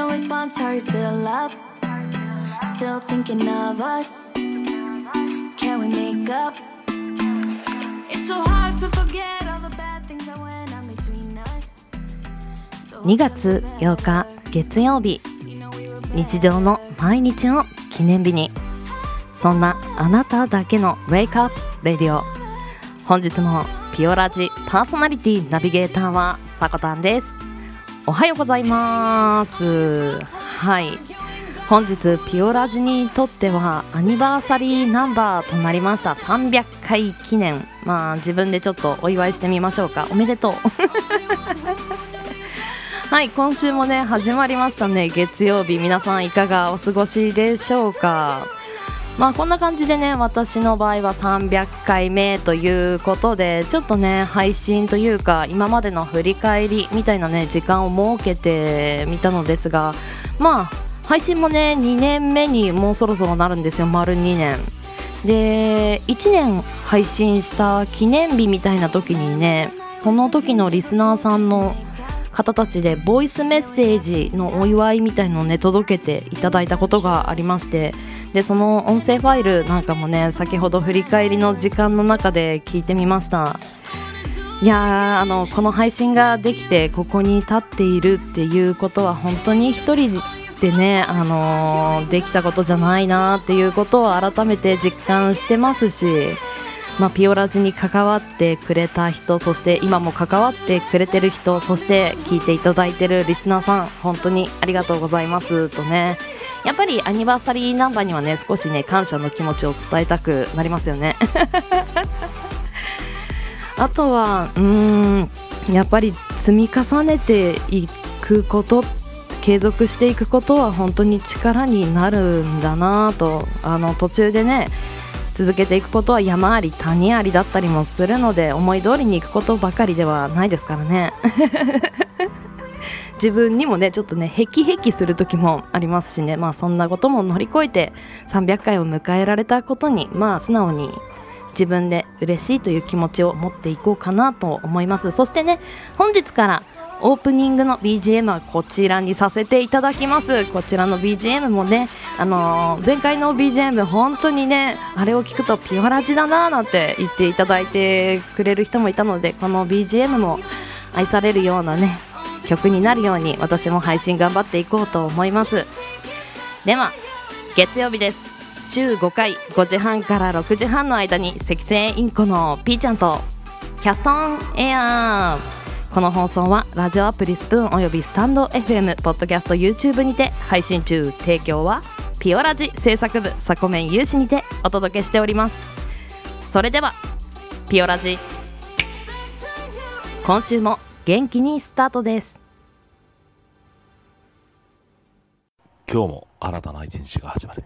No response, are you still up? Still thinking of us? Can we make up? It's so hard to forget all the bad things that went on between us. 2月8日月曜日、日常の毎日の記念日に、そんなあなただけの Wake Up Radio。 本日もピオラジパーソナリティナビゲーターはさこたんです。おはようございます。はい、本日ピオラジにとってはアニバーサリーナンバーとなりました。300回記念、自分でちょっとお祝いしてみましょうか。おめでとうはい、今週もね始まりましたね、月曜日。皆さんいかがお過ごしでしょうか。こんな感じでね、私の場合は300回目ということで、ちょっとね配信というか今までの振り返りみたいなね時間を設けてみたのですが、配信もね2年目にもうそろそろなるんですよ。丸2年で1年配信した記念日みたいな時にね、その時のリスナーさんの方たちでボイスメッセージのお祝いみたいのをね届けていただいたことがありまして、でその音声ファイルなんかもね先ほど振り返りの時間の中で聞いてみました。いやー、この配信ができてここに立っているっていうことは本当に一人でね、できたことじゃないなっていうことを改めて実感してますし、ピオラジに関わってくれた人、そして今も関わってくれてる人、そして聞いていただいてるリスナーさん、本当にありがとうございますとね、やっぱりアニバーサリーナンバーにはね少しね感謝の気持ちを伝えたくなりますよねあとはやっぱり積み重ねていくこと、継続していくことは本当に力になるんだなと。途中でね続けていくことは山あり谷ありだったりもするので、思い通りにいくことばかりではないですからね自分にもねちょっとねヘキヘキする時もありますしね、そんなことも乗り越えて300回を迎えられたことに素直に自分で嬉しいという気持ちを持っていこうかなと思います。そしてね、本日からオープニングの BGM はこちらにさせていただきます。こちらの BGM もね、前回の BGM 本当にねあれを聞くとピオラジだななんて言っていただいてくれる人もいたので、この BGM も愛されるようなね曲になるように私も配信頑張っていこうと思います。では月曜日です。週5回5時半から6時半の間に赤星インコのピーちゃんとキャストオンエアー。この放送はラジオアプリスプーンおよびスタンド FM、 ポッドキャスト YouTube にて配信中。提供はピオラジ制作部サコメン有志にてお届けしております。それではピオラジ、今週も元気にスタートです。 今日も新たな一日が始まる。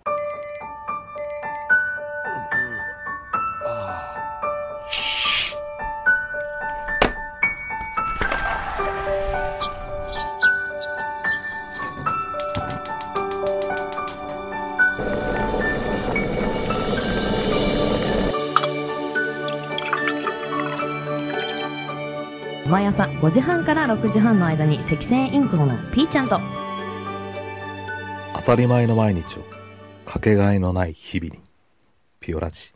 毎朝5時半から6時半の間に赤星インコのピーちゃんと当たり前の毎日をかけがえのない日々に、ピオラジ。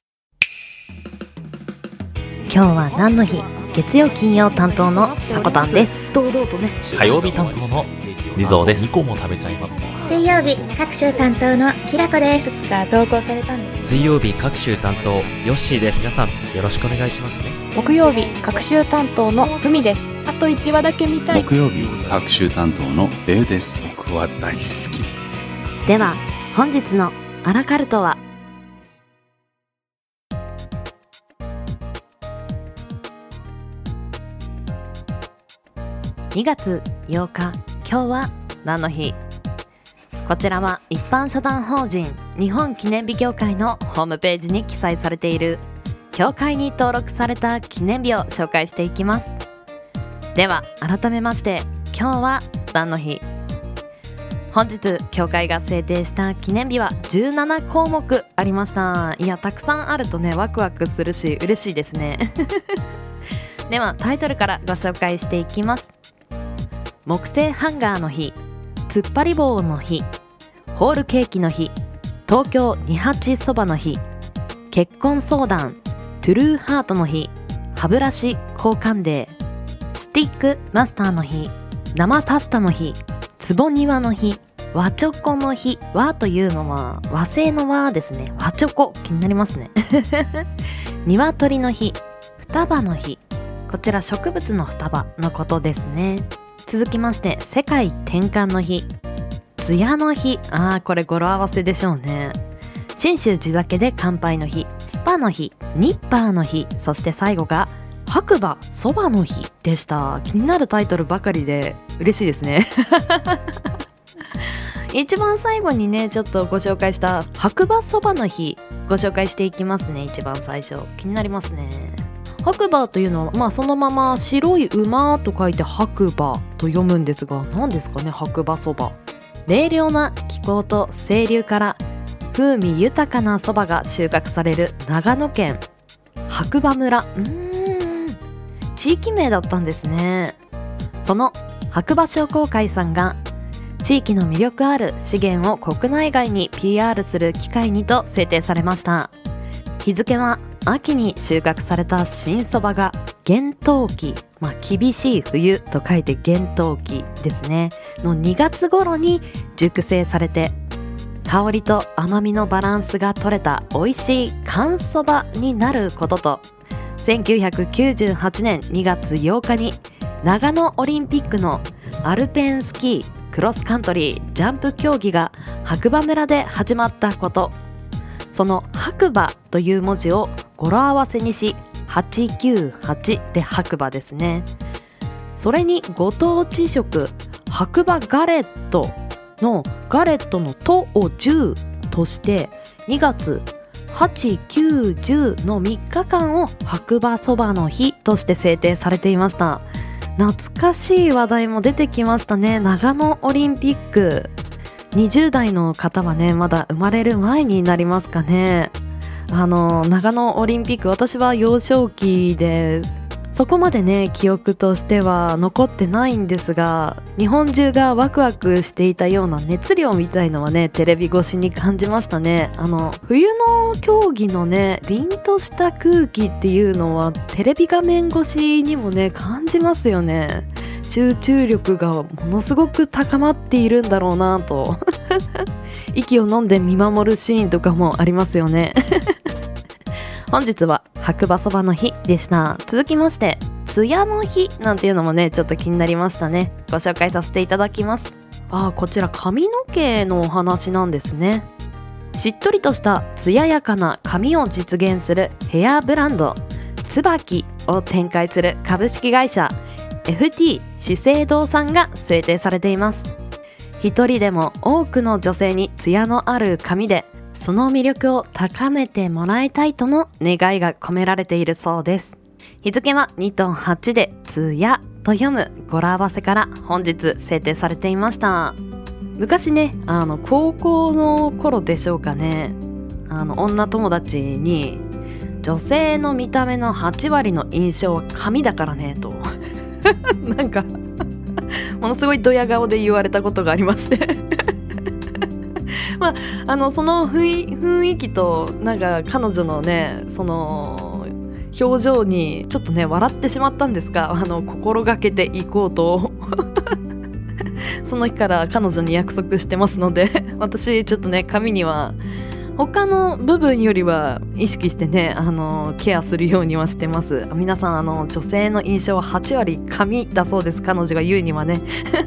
今日は何の日？月曜金曜担当のさこたんです。堂々とね。 火曜日担当のリゾーです。2個も食べちゃいます。 水曜日各週担当のきらこです。 いくつか投稿されたんです。 水曜日各週担当ヨッシーです。皆さんよろしくお願いしますね。 木曜日各週担当のふみです。あと1話だけ見たい。 木曜日各週担当のデウです。僕は大好きです。 では本日のアラカルトは2月8日、今日は何の日？こちらは一般社団法人日本記念日協会のホームページに記載されている協会に登録された記念日を紹介していきます。では改めまして今日は何の日？本日協会が制定した記念日は17項目ありました。いや、たくさんあるとねワクワクするし嬉しいですねではタイトルからご紹介していきます。木製ハンガーの日、 突っ張り棒の日、ホールケーキの日、東京28そばの日、結婚相談、トゥルーハートの日、歯ブラシ交換デー、スティックマスターの日、生パスタの日、坪庭の日、和チョコの日。和というのは和製の和ですね。和チョコ、気になりますね鶏の日、双葉の日。こちら植物の双葉のことですね。続きまして世界転換の日、艶の日。これ語呂合わせでしょうね。信州地酒で乾杯の日、スパの日、ニッパーの日、そして最後が白馬そばの日でした。気になるタイトルばかりで嬉しいですね一番最後にねちょっとご紹介した白馬そばの日ご紹介していきますね。一番最初気になりますね。白馬というのはそのまま白い馬と書いて白馬と読むんですが、何ですかね白馬そば。冷涼な気候と清流から風味豊かなそばが収穫される長野県白馬村。地域名だったんですね。その白馬商工会さんが地域の魅力ある資源を国内外に PR する機会にと制定されました。日付は秋に収穫された新そばが厳冬期、厳しい冬と書いて厳冬期ですねの2月頃に熟成されて、香りと甘みのバランスが取れた美味しい寒そばになることと、1998年2月8日に長野オリンピックのアルペンスキークロスカントリージャンプ競技が白馬村で始まったこと、その白馬という文字を語呂合わせにし898で白馬ですね。それにご当地食白馬ガレットのガレットのとを10として2月8、9、10の3日間を白馬そばの日として制定されていました。懐かしい話題も出てきましたね。長野オリンピック、20代の方はねまだ生まれる前になりますかね。長野オリンピック、私は幼少期でそこまでね記憶としては残ってないんですが、日本中がワクワクしていたような熱量みたいのはねテレビ越しに感じましたね。冬の競技のね凛とした空気っていうのはテレビ画面越しにもね感じますよね。集中力がものすごく高まっているんだろうなと息を飲んで見守るシーンとかもありますよね本日は白馬そばの日でした。続きまして艶の日なんていうのもねちょっと気になりましたね。ご紹介させていただきます。こちら髪の毛のお話なんですね。しっとりとした艶やかな髪を実現するヘアブランド椿を展開する株式会社 FT 資生堂さんが制定されています。一人でも多くの女性に艶のある髪でその魅力を高めてもらいたいとの願いが込められているそうです。日付は2と8で艶と読む語呂合わせから本日制定されていました。昔ね高校の頃でしょうかね、女友達に女性の見た目の8割の印象は髪だからねとなんかものすごいドヤ顔で言われたことがありましてその雰囲気となんか彼女のねその表情にちょっとね笑ってしまったんですが、心がけていこうとその日から彼女に約束してますので私ちょっとね髪には他の部分よりは意識してねケアするようにはしてます。皆さん女性の印象は8割髪だそうです。彼女が言うにはね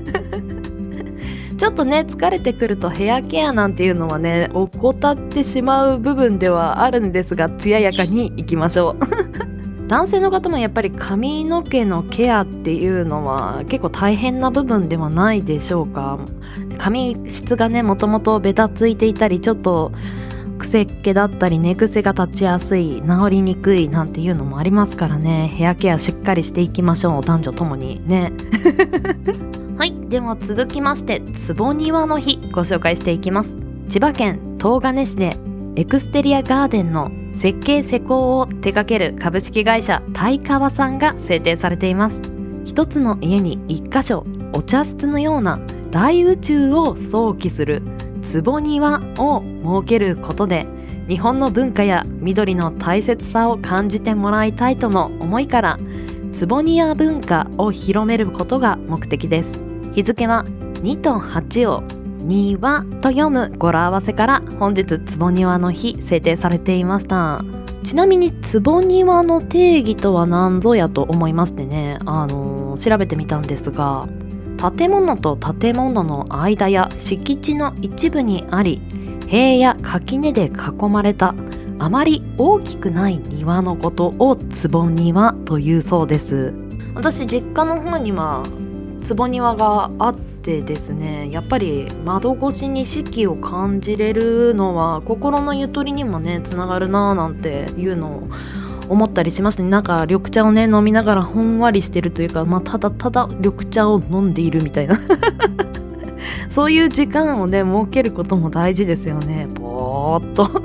ちょっとね疲れてくるとヘアケアなんていうのはね怠ってしまう部分ではあるんですが、艶やかにいきましょう男性の方もやっぱり髪の毛のケアっていうのは結構大変な部分ではないでしょうか。髪質がねもともとベタついていたりちょっと癖っ気だったり寝癖が立ちやすい、治りにくいなんていうのもありますからね、ヘアケアしっかりしていきましょう、男女ともにねはい、では続きまして坪庭の日ご紹介していきます。千葉県東金市でエクステリアガーデンの設計施工を手掛ける株式会社大川さんが制定されています。一つの家に一箇所お茶室のような大宇宙を想起する坪庭を設けることで、日本の文化や緑の大切さを感じてもらいたいとの思いから、坪庭文化を広めることが目的です。日付は2と8を庭と読む語呂合わせから、本日坪庭の日制定されていました。ちなみに坪庭の定義とは何ぞやと思いましてね、調べてみたんですが、建物と建物の間や敷地の一部にあり、塀や垣根で囲まれたあまり大きくない庭のことを坪庭というそうです。私実家の方には坪庭があってですね、やっぱり窓越しに四季を感じれるのは心のゆとりにもねつながるなぁなんていうのを思ったりしましたね。なんか緑茶をね飲みながらほんわりしてるというか、ただただ緑茶を飲んでいるみたいなそういう時間をね設けることも大事ですよね。ぼーっと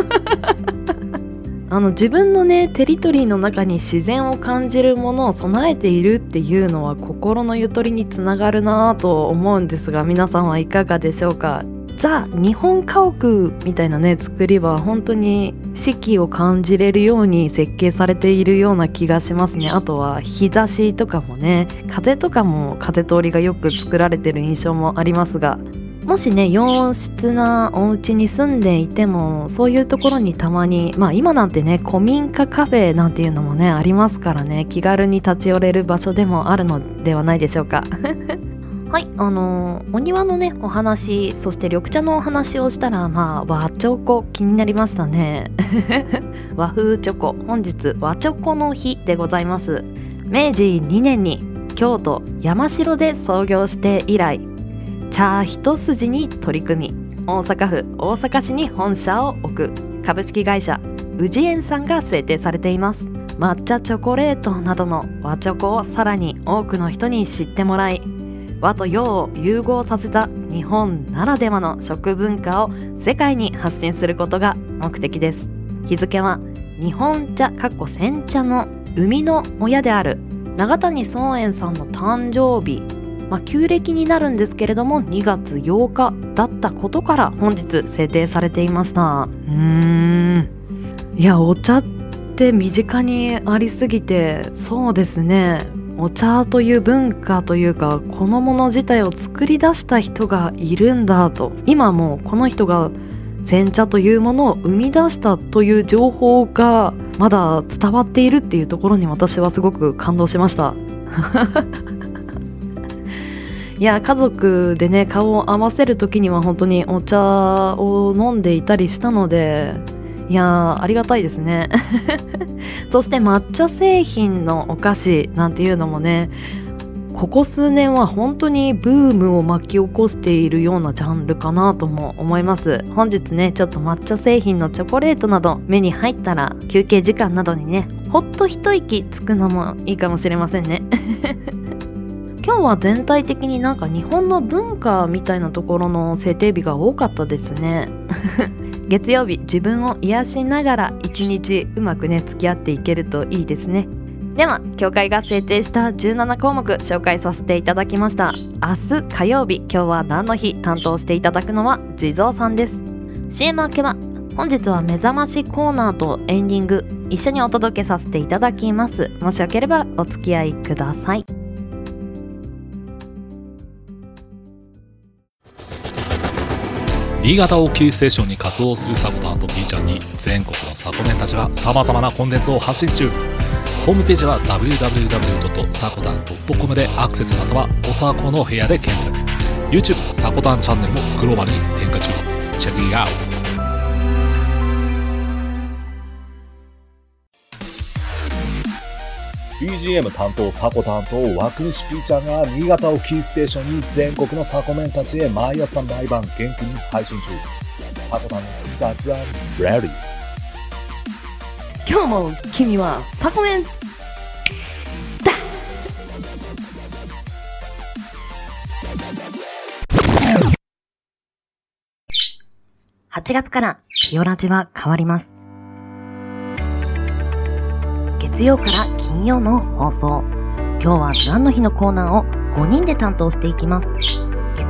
自分のねテリトリーの中に自然を感じるものを備えているっていうのは心のゆとりにつながるなと思うんですが、皆さんはいかがでしょうか。ザ・日本家屋みたいなね作りは本当に四季を感じれるように設計されているような気がしますね。あとは日差しとかもね、風とかも風通りがよく作られてる印象もありますが、もしね洋室なお家に住んでいても、そういうところにたまに、今なんてね古民家カフェなんていうのもねありますからね、気軽に立ち寄れる場所でもあるのではないでしょうかはい、お庭のねお話、そして緑茶のお話をしたら、和チョコ気になりましたね和風チョコ、本日和チョコの日でございます。明治2年に京都山城で創業して以来、茶一筋に取り組み、大阪府大阪市に本社を置く株式会社宇治園さんが制定されています。抹茶チョコレートなどの和チョコをさらに多くの人に知ってもらい、和と洋を融合させた日本ならではの食文化を世界に発信することが目的です。日付は日本茶煎茶の生みの親である永谷宗園さんの誕生日、旧暦になるんですけれども2月8日だったことから本日制定されていました。いや、お茶って身近にありすぎて、そうですね、お茶という文化というかこのもの自体を作り出した人がいるんだと、今もうこの人が煎茶というものを生み出したという情報がまだ伝わっているっていうところに私はすごく感動しましたいや、家族でね顔を合わせる時には本当にお茶を飲んでいたりしたので、いやありがたいですねそして抹茶製品のお菓子なんていうのもね、ここ数年は本当にブームを巻き起こしているようなジャンルかなとも思います。本日ねちょっと抹茶製品のチョコレートなど目に入ったら、休憩時間などにねほっと一息つくのもいいかもしれませんね今日は全体的になんか日本の文化みたいなところの制定日が多かったですね月曜日、自分を癒しながら一日うまくね付き合っていけるといいですね。では協会が制定した17項目紹介させていただきました。明日火曜日、今日は何の日担当していただくのは地蔵さんです。 CM 明けは本日は目覚ましコーナーとエンディング一緒にお届けさせていただきます。もしよければお付き合いください。 新潟をキーステーションに活動するサコタンと B ちゃんに全国のサコメンたちがさまざまなコンテンツを発信中。ホームページは www.sakotan.com でアクセス、またはおさこの部屋で検索。 YouTube サコタンチャンネルもグローバルに展開中。チェックイットアウト。 BGM 担当サコ担当枠西 P ちゃんが新潟をキーステーションに全国のサコメンたちへ毎朝毎晩元気に配信中。サコタンの雑談レディ。 今日も君はサコメンだ。8月からピオラジは変わります。月曜から金曜の放送。今日は何の日のコーナーを5人で担当していきます。月